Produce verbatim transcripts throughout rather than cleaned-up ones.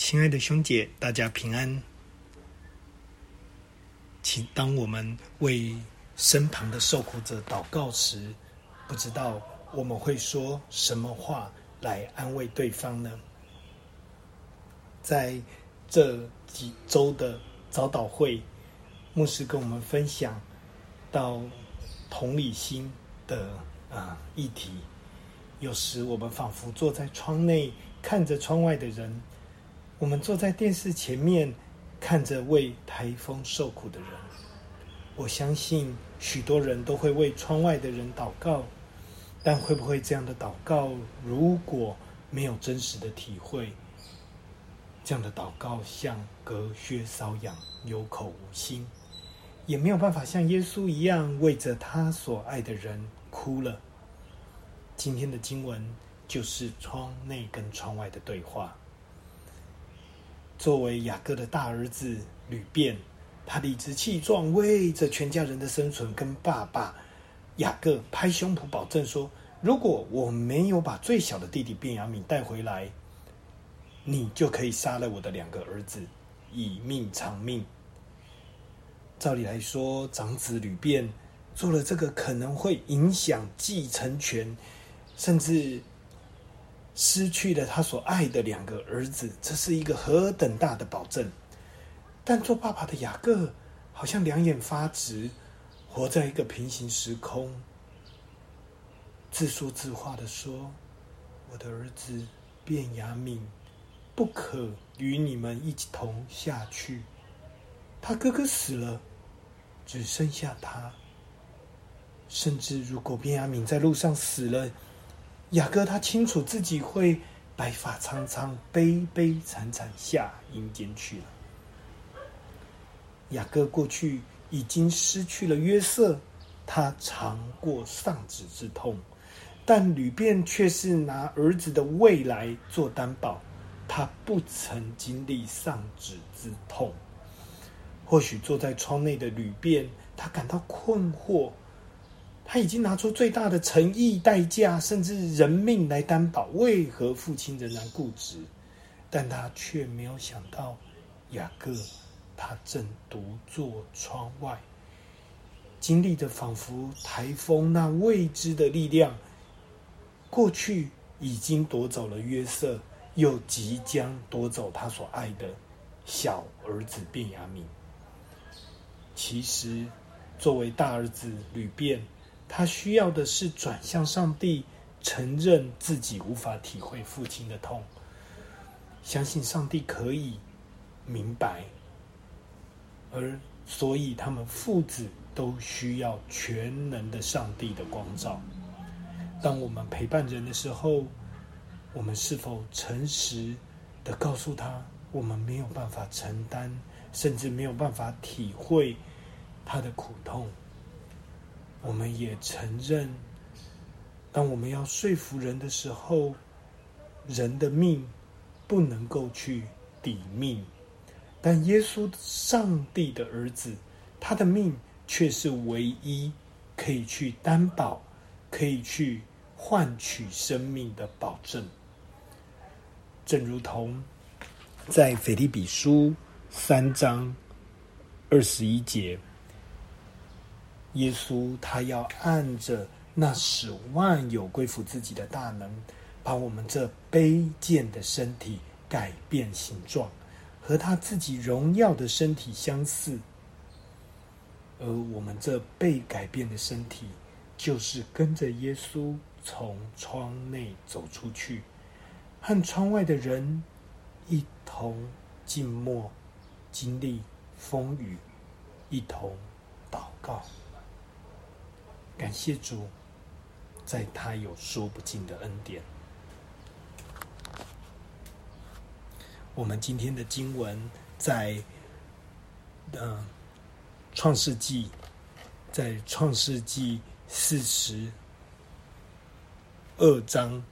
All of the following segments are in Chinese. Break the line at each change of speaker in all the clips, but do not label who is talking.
亲爱的兄姐，大家平安。请当我们为身旁的受苦者祷告时，不知道我们会说什么话来安慰对方呢？在这几周的早祷会，牧师跟我们分享到同理心的、呃、议题。有时我们仿佛坐在窗内看着窗外的人，我们坐在电视前面看着为台风受苦的人。我相信许多人都会为窗外的人祷告，但会不会这样的祷告如果没有真实的体会，这样的祷告像隔靴搔痒，有口无心，也没有办法像耶稣一样为着他所爱的人哭了。今天的经文就是窗内跟窗外的对话。作为雅各的大儿子吕便，他理直气壮，为着全家人的生存，跟爸爸雅各拍胸脯保证说，如果我没有把最小的弟弟便雅悯带回来，你就可以杀了我的两个儿子，以命偿命。照理来说，长子吕便做了这个可能会影响继承权，甚至失去了他所爱的两个儿子，这是一个何等大的保证。但做爸爸的雅各好像两眼发直，活在一个平行时空，自说自话的说，我的儿子便雅悯不可与你们一同下去，他哥哥死了，只剩下他。甚至如果便雅悯在路上死了，雅各他清楚自己会白发苍苍，悲悲惨惨下阴间去了。雅各过去已经失去了约瑟，他尝过丧子之痛，但吕便却是拿儿子的未来做担保，他不曾经历丧子之痛。或许坐在窗内的吕便，他感到困惑，他已经拿出最大的诚意、代价，甚至人命来担保，为何父亲仍然固执？但他却没有想到，雅各他正独坐窗外，经历着仿佛台风那未知的力量。过去已经夺走了约瑟，又即将夺走他所爱的小儿子便雅悯。其实作为大儿子吕便，他需要的是转向上帝，承认自己无法体会父亲的痛，相信上帝可以明白，而所以他们父子都需要全能的上帝的光照。当我们陪伴人的时候，我们是否诚实的告诉他，我们没有办法承担，甚至没有办法体会他的苦痛？我们也承认，当我们要说服人的时候，人的命不能够去抵命，但耶稣上帝的儿子，他的命却是唯一可以去担保，可以去换取生命的保证。正如同在腓立比书三章二十一节，耶稣他要按着那使万有归服自己的大能，把我们这卑贱的身体改变形状，和他自己荣耀的身体相似。而我们这被改变的身体，就是跟着耶稣从窗内走出去，和窗外的人一同静默，经历风雨，一同祷告。感谢主，在他有说不尽的恩典。我们今天的经文在呃创世纪，在创世纪四十二章。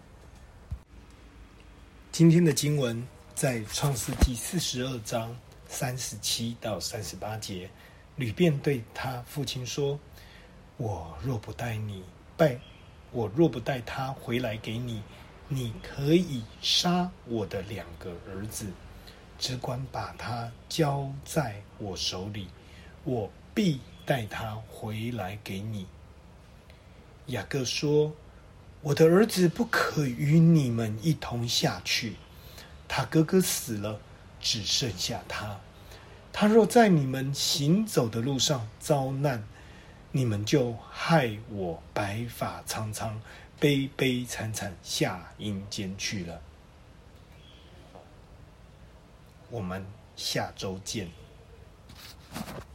今天的经文在创世纪四十二章三十七到三十八节。吕便对他父亲说，我若不带你拜，我若不带他回来给你，你可以杀我的两个儿子， 只管把他交在我手里，我必带他回来给你。雅各说，我的儿子不可与你们一同下去，他哥哥死了，只剩下他。他若在你们行走的路上遭难，你们就害我白发苍苍，悲悲惨惨下阴间去了。我们下周见。